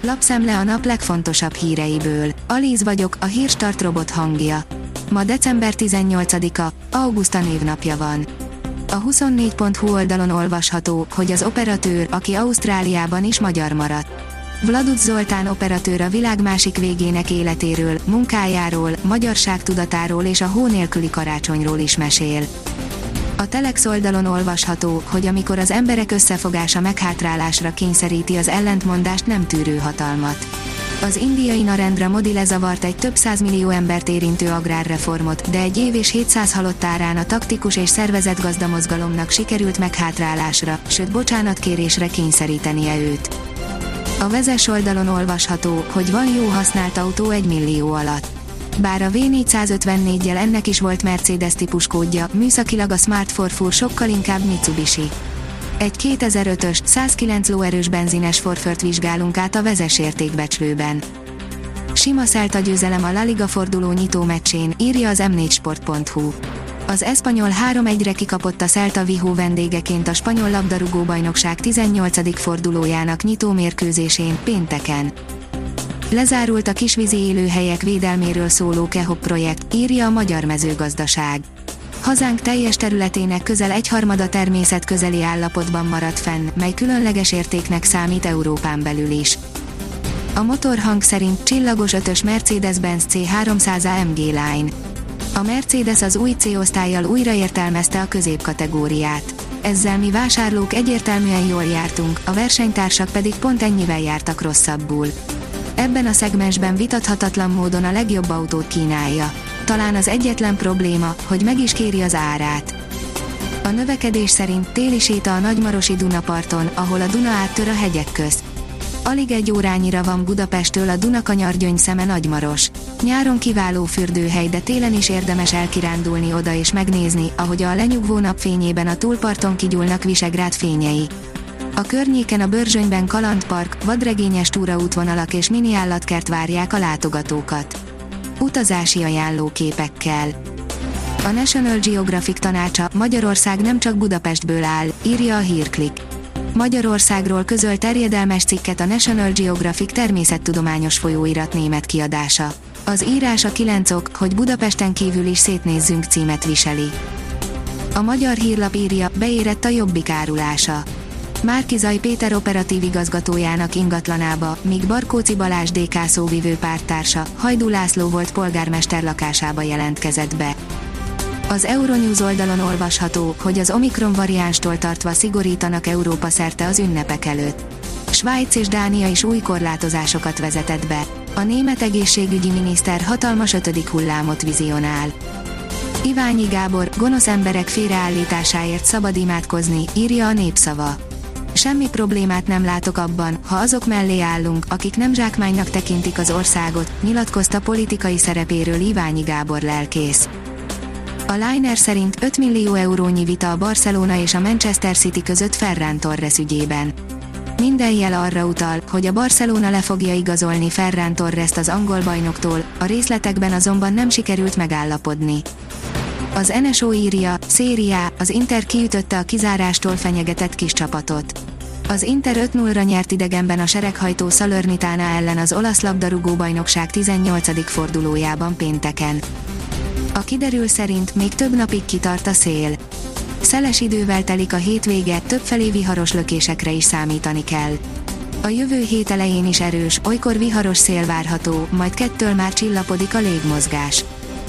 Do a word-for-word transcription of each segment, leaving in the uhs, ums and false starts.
Lapszemle a nap legfontosabb híreiből. Alíz vagyok, a Hírstart robot hangja. Ma december tizennyolcadika, Auguszta névnapja van. A huszonnégy pont hu oldalon olvasható, hogy az operatőr, aki Ausztráliában is magyar maradt. Vladuc Zoltán operatőr a világ másik végének életéről, munkájáról, magyarságtudatáról és a hó nélküli karácsonyról is mesél. A Telex oldalon olvasható, hogy amikor az emberek összefogása meghátrálásra kényszeríti az ellentmondást nem tűrő hatalmat. Az indiai Narendra Modi lezavart egy több százmillió embert érintő agrárreformot, de egy év és hétszáz halott árán a taktikus és szervezett gazdamozgalomnak sikerült meghátrálásra, sőt bocsánatkérésre kényszerítenie őt. A Vezes oldalon olvasható, hogy van jó használt autó egy millió alatt. Bár a vé négyszázötvennégyel ennek is volt Mercedes típuskódja, műszakilag a Smart Forfour sokkal inkább Mitsubishi. Egy kétezer-ötös, százkilenc lóerős benzines Forfört vizsgálunk át a Vezes értékbecslőben. Sima Celta győzelem a La Liga forduló nyitó meccsén, írja az em négy sport pont hu. Az eszpanyol három egyre kikapott a Celta Vigo vendégeként a spanyol labdarúgóbajnokság tizennyolcadik fordulójának nyitó mérkőzésén, pénteken. Lezárult a kisvízi élőhelyek védelméről szóló KEHOP projekt, írja a Magyar Mezőgazdaság. Hazánk teljes területének közel egyharmada természetközeli állapotban maradt fenn, mely különleges értéknek számít Európán belül is. A motorhang szerint csillagos ötös Mercedes-Benz cé háromszáz á em gé Line. A Mercedes az új C-osztállyal újraértelmezte a középkategóriát. Ezzel mi vásárlók egyértelműen jól jártunk, a versenytársak pedig pont ennyivel jártak rosszabbul. Ebben a szegmensben vitathatatlan módon a legjobb autót kínálja. Talán az egyetlen probléma, hogy meg is kéri az árát. A növekedés szerint téli séta a Nagymarosi Dunaparton, ahol a Duna áttör a hegyek közt. Alig egy órányira van Budapesttől a Dunakanyar-Gyöngyszeme Nagymaros. Nyáron kiváló fürdőhely, de télen is érdemes elkirándulni oda és megnézni, ahogy a lenyugvó napfényében a túlparton kigyúlnak Visegrád fényei. A környéken a Börzsönyben kalandpark, vadregényes túraútvonalak és mini állatkert várják a látogatókat. Utazási ajánlóképekkel. A National Geographic tanácsa, Magyarország nem csak Budapestből áll, írja a Hírklik. Magyarországról közöl terjedelmes cikket a National Geographic természettudományos folyóirat német kiadása. Az írás a kilenc ok, hogy Budapesten kívül is szétnézzünk címet viseli. A Magyar Hírlap írja, beérett a Jobbik árulása. Márki-Zay Péter operatív igazgatójának ingatlanába, míg Barkóczi Balázs dé ká szóvivő párttársa, Hajdú László volt polgármester lakásába jelentkezett be. Az Euronews oldalon olvasható, hogy az Omikron variánstól tartva szigorítanak Európa szerte az ünnepek előtt. Svájc és Dánia is új korlátozásokat vezetett be. A német egészségügyi miniszter hatalmas ötödik hullámot vizionál. Iványi Gábor, gonosz emberek félreállításáért szabad imádkozni, írja a Népszava. Semmi problémát nem látok abban, ha azok mellé állunk, akik nem zsákmánynak tekintik az országot, nyilatkozta politikai szerepéről Iványi Gábor lelkész. A Liner szerint öt millió eurónyi vita a Barcelona és a Manchester City között Ferran Torres ügyében. Minden jel arra utal, hogy a Barcelona le fogja igazolni Ferran Torrest az angol bajnoktól, a részletekben azonban nem sikerült megállapodni. Az en es o írja, Serie A, az Inter kiütötte a kizárástól fenyegetett kis csapatot. Az Inter öt nullra nyert idegenben a sereghajtó Salernitana ellen az olasz labdarúgó-bajnokság tizennyolcadik fordulójában pénteken. A kiderül szerint még több napig kitart a szél. Szeles idővel telik a hétvége, többfelé viharos lökésekre is számítani kell. A jövő hét elején is erős, olykor viharos szél várható, majd kettől már csillapodik a légmozgás.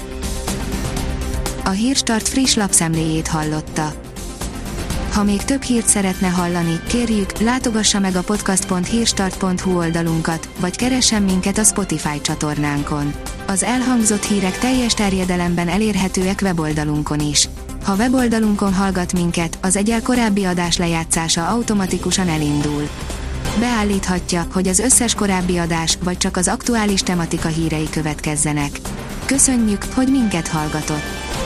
A Hírstart friss lapszemléjét hallotta. Ha még több hírt szeretne hallani, kérjük, látogassa meg a podcast pont hírstart pont hu oldalunkat, vagy keressen minket a Spotify csatornánkon. Az elhangzott hírek teljes terjedelemben elérhetőek weboldalunkon is. Ha weboldalunkon hallgat minket, az egyel korábbi adás lejátszása automatikusan elindul. Beállíthatja, hogy az összes korábbi adás, vagy csak az aktuális tematika hírei következzenek. Köszönjük, hogy minket hallgatott!